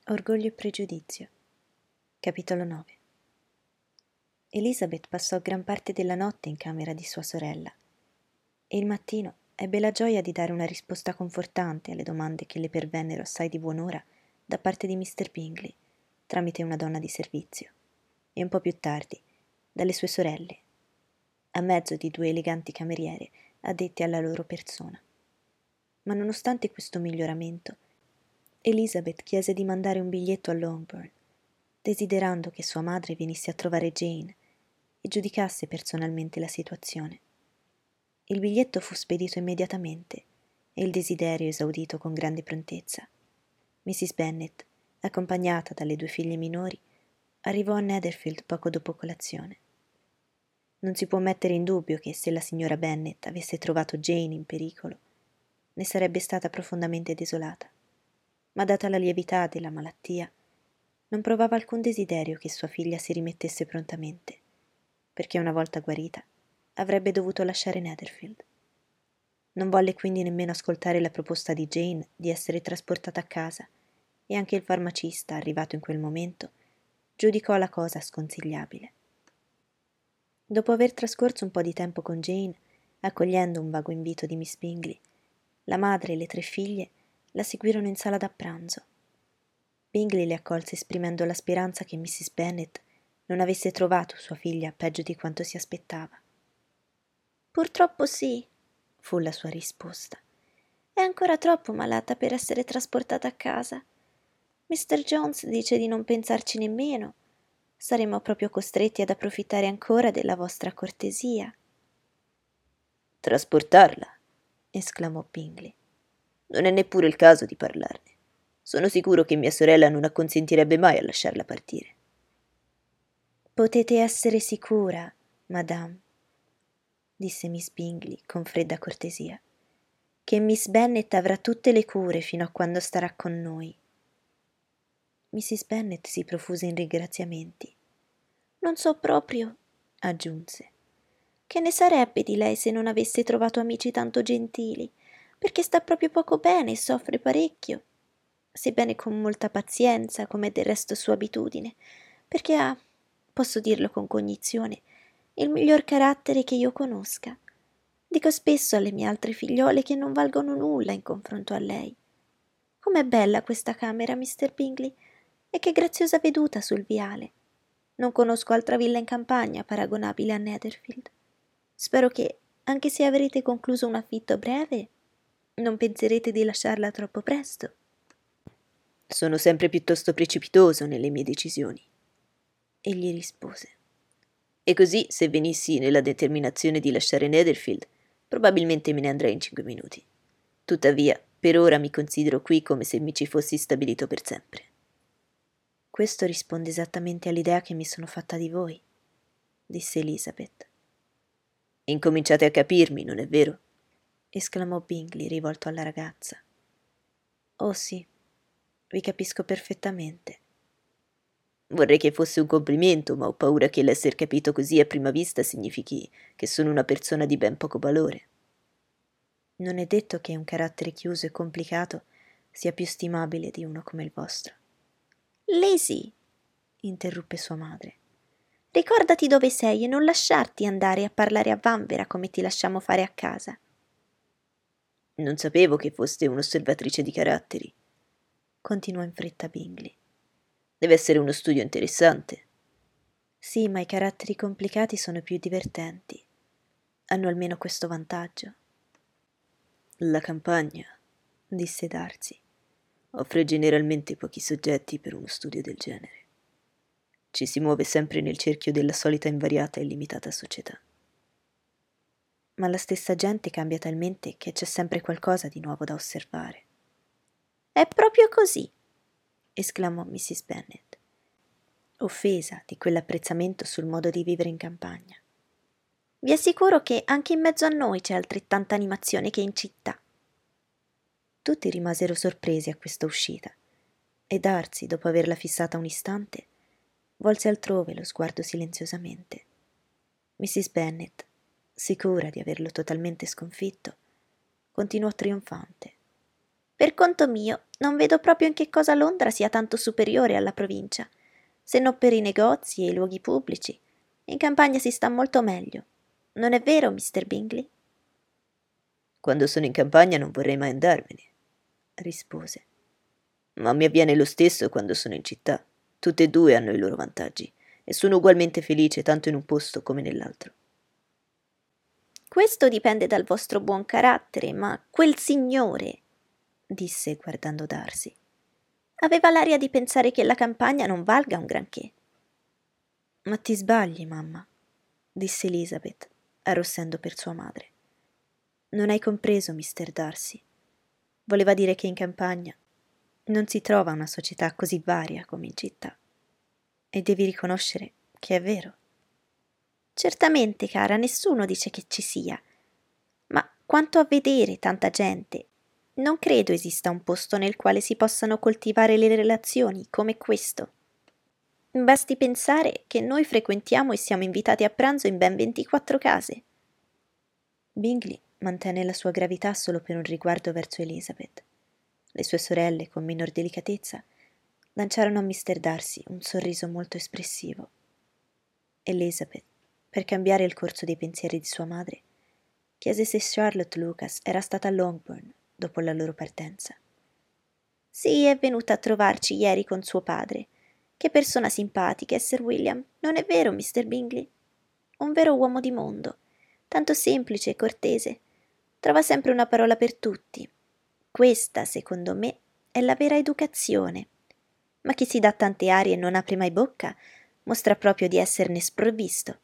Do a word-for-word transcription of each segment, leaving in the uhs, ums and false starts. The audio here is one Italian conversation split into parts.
Orgoglio e pregiudizio. Capitolo nove. Elizabeth passò gran parte della notte in camera di sua sorella e il mattino ebbe la gioia di dare una risposta confortante alle domande che le pervennero assai di buon'ora da parte di mister Bingley tramite una donna di servizio e un po' più tardi dalle sue sorelle, a mezzo di due eleganti cameriere addetti alla loro persona. Ma nonostante questo miglioramento, Elizabeth chiese di mandare un biglietto a Longbourn, desiderando che sua madre venisse a trovare Jane e giudicasse personalmente la situazione. Il biglietto fu spedito immediatamente e il desiderio esaudito con grande prontezza. missis Bennet, accompagnata dalle due figlie minori, arrivò a Netherfield poco dopo colazione. Non si può mettere in dubbio che se la signora Bennet avesse trovato Jane in pericolo, ne sarebbe stata profondamente desolata, ma data la lievità della malattia, non provava alcun desiderio che sua figlia si rimettesse prontamente, perché una volta guarita avrebbe dovuto lasciare Netherfield. Non volle quindi nemmeno ascoltare la proposta di Jane di essere trasportata a casa, e anche il farmacista, arrivato in quel momento, giudicò la cosa sconsigliabile. Dopo aver trascorso un po' di tempo con Jane, accogliendo un vago invito di miss Bingley, la madre e le tre figlie la seguirono in sala da pranzo. Bingley le accolse esprimendo la speranza che missis Bennet non avesse trovato sua figlia peggio di quanto si aspettava. «Purtroppo sì», fu la sua risposta. «È ancora troppo malata per essere trasportata a casa. mister Jones dice di non pensarci nemmeno. Saremo proprio costretti ad approfittare ancora della vostra cortesia». «Trasportarla?» esclamò Bingley. «Non è neppure il caso di parlarne. Sono sicuro che mia sorella non acconsentirebbe mai a lasciarla partire». «Potete essere sicura, madame», disse miss Bingley con fredda cortesia, «che miss Bennet avrà tutte le cure fino a quando starà con noi». missis Bennet si profuse in ringraziamenti. «Non so proprio», aggiunse, «che ne sarebbe di lei se non avesse trovato amici tanto gentili, perché sta proprio poco bene e soffre parecchio, sebbene con molta pazienza, come del resto sua abitudine, perché ha, posso dirlo con cognizione, il miglior carattere che io conosca. Dico spesso alle mie altre figliole che non valgono nulla in confronto a lei. Com'è bella questa camera, mister Bingley, e che graziosa veduta sul viale. Non conosco altra villa in campagna paragonabile a Netherfield. Spero che, anche se avrete concluso un affitto breve, non penserete di lasciarla troppo presto». «Sono sempre piuttosto precipitoso nelle mie decisioni», egli rispose. «E così, se venissi nella determinazione di lasciare Netherfield, probabilmente me ne andrei in cinque minuti. Tuttavia, per ora mi considero qui come se mi ci fossi stabilito per sempre». «Questo risponde esattamente all'idea che mi sono fatta di voi», disse Elizabeth. «Incominciate a capirmi, non è vero?» esclamò Bingley rivolto alla ragazza. «Oh sì, vi capisco perfettamente». «Vorrei che fosse un complimento, ma ho paura che l'esser capito così a prima vista significhi che sono una persona di ben poco valore». «Non è detto che un carattere chiuso e complicato sia più stimabile di uno come il vostro». «Lizzie», interruppe sua madre, «ricordati dove sei e non lasciarti andare a parlare a vanvera come ti lasciamo fare a casa». «Non sapevo che foste un'osservatrice di caratteri», continuò in fretta Bingley. «Deve essere uno studio interessante». «Sì, ma i caratteri complicati sono più divertenti. Hanno almeno questo vantaggio». «La campagna», disse Darcy, «offre generalmente pochi soggetti per uno studio del genere. Ci si muove sempre nel cerchio della solita invariata e limitata società». «Ma la stessa gente cambia talmente che c'è sempre qualcosa di nuovo da osservare». «È proprio così», esclamò missis Bennet, offesa di quell'apprezzamento sul modo di vivere in campagna. «Vi assicuro che anche in mezzo a noi c'è altrettanta animazione che in città». Tutti rimasero sorpresi a questa uscita, e Darcy, dopo averla fissata un istante, volse altrove lo sguardo silenziosamente. missis Bennet, sicura di averlo totalmente sconfitto, continuò trionfante. Per conto mio, non vedo proprio in che cosa Londra sia tanto superiore alla provincia, se non per i negozi e i luoghi pubblici. In campagna si sta molto meglio. Non è vero, mister Bingley? Quando sono in campagna non vorrei mai andarmene, rispose. Ma mi avviene lo stesso quando sono in città. Tutte e due hanno i loro vantaggi e sono ugualmente felice tanto in un posto come nell'altro. Questo dipende dal vostro buon carattere, ma quel signore, disse guardando Darcy, aveva l'aria di pensare che la campagna non valga un granché. Ma ti sbagli, mamma, disse Elizabeth, arrossendo per sua madre. Non hai compreso, mister Darcy. Voleva dire che in campagna non si trova una società così varia come in città. E devi riconoscere che è vero. Certamente, cara, nessuno dice che ci sia. Ma quanto a vedere tanta gente, non credo esista un posto nel quale si possano coltivare le relazioni come questo. Basti pensare che noi frequentiamo e siamo invitati a pranzo in ben ventiquattro case. Bingley mantenne la sua gravità solo per un riguardo verso Elizabeth. Le sue sorelle, con minor delicatezza, lanciarono a mister Darcy un sorriso molto espressivo. Elizabeth, per cambiare il corso dei pensieri di sua madre, chiese se Charlotte Lucas era stata a Longbourn dopo la loro partenza. Sì, è venuta a trovarci ieri con suo padre. Che persona simpatica è Sir William, non è vero, mister Bingley? Un vero uomo di mondo, tanto semplice e cortese. Trova sempre una parola per tutti. Questa, secondo me, è la vera educazione. Ma chi si dà tante arie e non apre mai bocca, mostra proprio di esserne sprovvisto.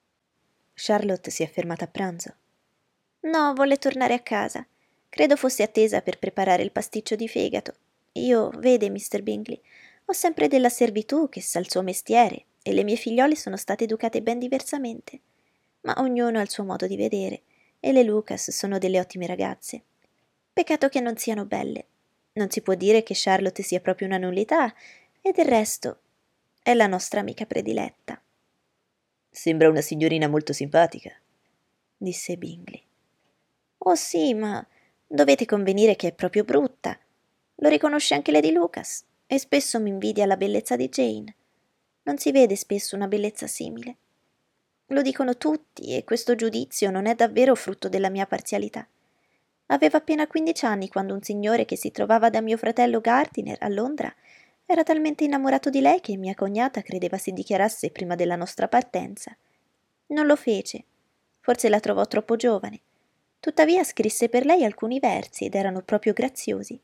Charlotte si è fermata a pranzo. No, volle tornare a casa. Credo fosse attesa per preparare il pasticcio di fegato. Io, vede, mister Bingley, ho sempre della servitù che sa il suo mestiere e le mie figliole sono state educate ben diversamente. Ma ognuno ha il suo modo di vedere e le Lucas sono delle ottime ragazze. Peccato che non siano belle. Non si può dire che Charlotte sia proprio una nullità e del resto è la nostra amica prediletta. Sembra una signorina molto simpatica, disse Bingley. Oh sì, ma dovete convenire che è proprio brutta. Lo riconosce anche Lady Lucas e spesso mi invidia la bellezza di Jane. Non si vede spesso una bellezza simile. Lo dicono tutti e questo giudizio non è davvero frutto della mia parzialità. Aveva appena quindici anni quando un signore che si trovava da mio fratello Gardiner a Londra era talmente innamorato di lei che mia cognata credeva si dichiarasse prima della nostra partenza. Non lo fece. Forse la trovò troppo giovane. Tuttavia scrisse per lei alcuni versi ed erano proprio graziosi.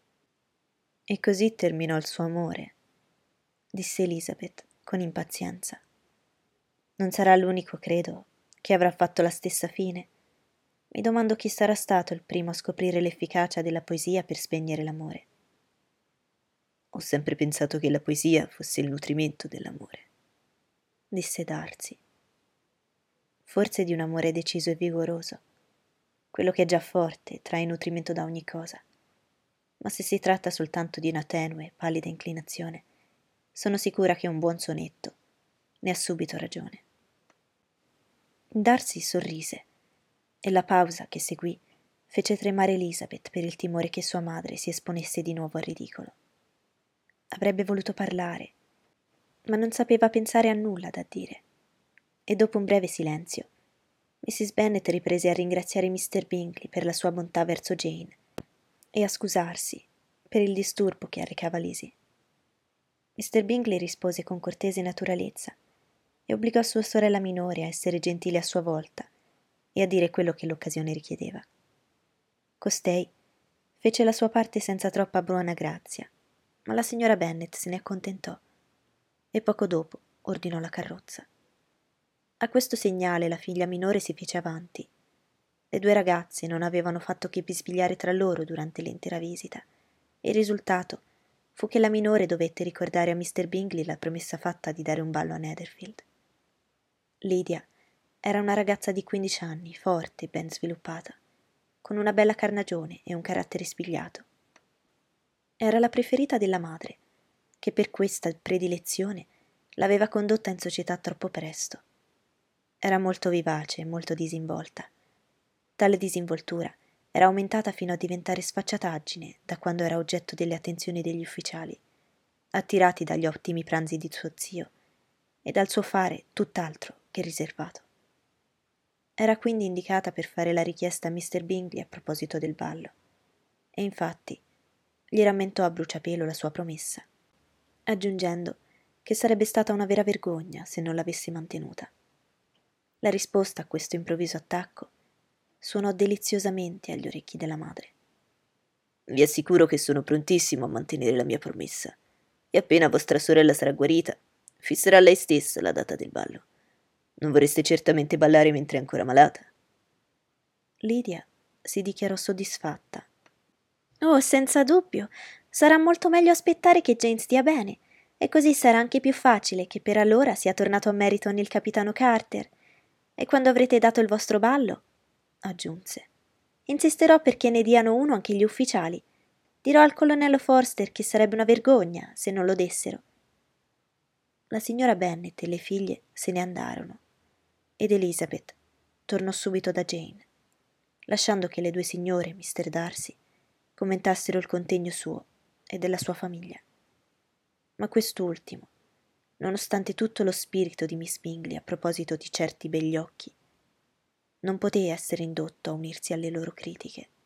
E così terminò il suo amore, disse Elizabeth con impazienza. Non sarà l'unico, credo, che avrà fatto la stessa fine. Mi domando chi sarà stato il primo a scoprire l'efficacia della poesia per spegnere l'amore. Ho sempre pensato che la poesia fosse il nutrimento dell'amore, disse Darcy. Forse di un amore deciso e vigoroso, quello che è già forte, trae nutrimento da ogni cosa. Ma se si tratta soltanto di una tenue, pallida inclinazione, sono sicura che un buon sonetto ne ha subito ragione. Darcy sorrise, e la pausa che seguì fece tremare Elizabeth per il timore che sua madre si esponesse di nuovo al ridicolo. Avrebbe voluto parlare, ma non sapeva pensare a nulla da dire, e dopo un breve silenzio missis Bennet riprese a ringraziare mister Bingley per la sua bontà verso Jane e a scusarsi per il disturbo che arrecava Lizzie. mister Bingley rispose con cortese naturalezza e obbligò sua sorella minore a essere gentile a sua volta e a dire quello che l'occasione richiedeva. Costei fece la sua parte senza troppa buona grazia, ma la signora Bennet se ne accontentò e poco dopo ordinò la carrozza. A questo segnale la figlia minore si fece avanti. Le due ragazze non avevano fatto che bisbigliare tra loro durante l'intera visita, e il risultato fu che la minore dovette ricordare a mister Bingley la promessa fatta di dare un ballo a Netherfield. Lydia era una ragazza di quindici anni, forte e ben sviluppata, con una bella carnagione e un carattere spigliato. Era la preferita della madre, che per questa predilezione l'aveva condotta in società troppo presto. Era molto vivace e molto disinvolta. Tale disinvoltura era aumentata fino a diventare sfacciataggine da quando era oggetto delle attenzioni degli ufficiali, attirati dagli ottimi pranzi di suo zio e dal suo fare tutt'altro che riservato. Era quindi indicata per fare la richiesta a mister Bingley a proposito del ballo, e infatti gli rammentò a bruciapelo la sua promessa, aggiungendo che sarebbe stata una vera vergogna se non l'avesse mantenuta. La risposta a questo improvviso attacco suonò deliziosamente agli orecchi della madre. Vi assicuro che sono prontissimo a mantenere la mia promessa, e appena vostra sorella sarà guarita, fisserà lei stessa la data del ballo. Non vorreste certamente ballare mentre è ancora malata? Lydia si dichiarò soddisfatta. Oh, senza dubbio. Sarà molto meglio aspettare che Jane stia bene, e così sarà anche più facile che per allora sia tornato a Meryton il capitano Carter. E quando avrete dato il vostro ballo, aggiunse, insisterò perché ne diano uno anche gli ufficiali. Dirò al colonnello Forster che sarebbe una vergogna se non lo dessero. La signora Bennet e le figlie se ne andarono, ed Elizabeth tornò subito da Jane, lasciando che le due signore, mister Darcy, commentassero il contegno suo e della sua famiglia. Ma quest'ultimo, nonostante tutto lo spirito di Miss Bingley a proposito di certi begli occhi, non poté essere indotto a unirsi alle loro critiche.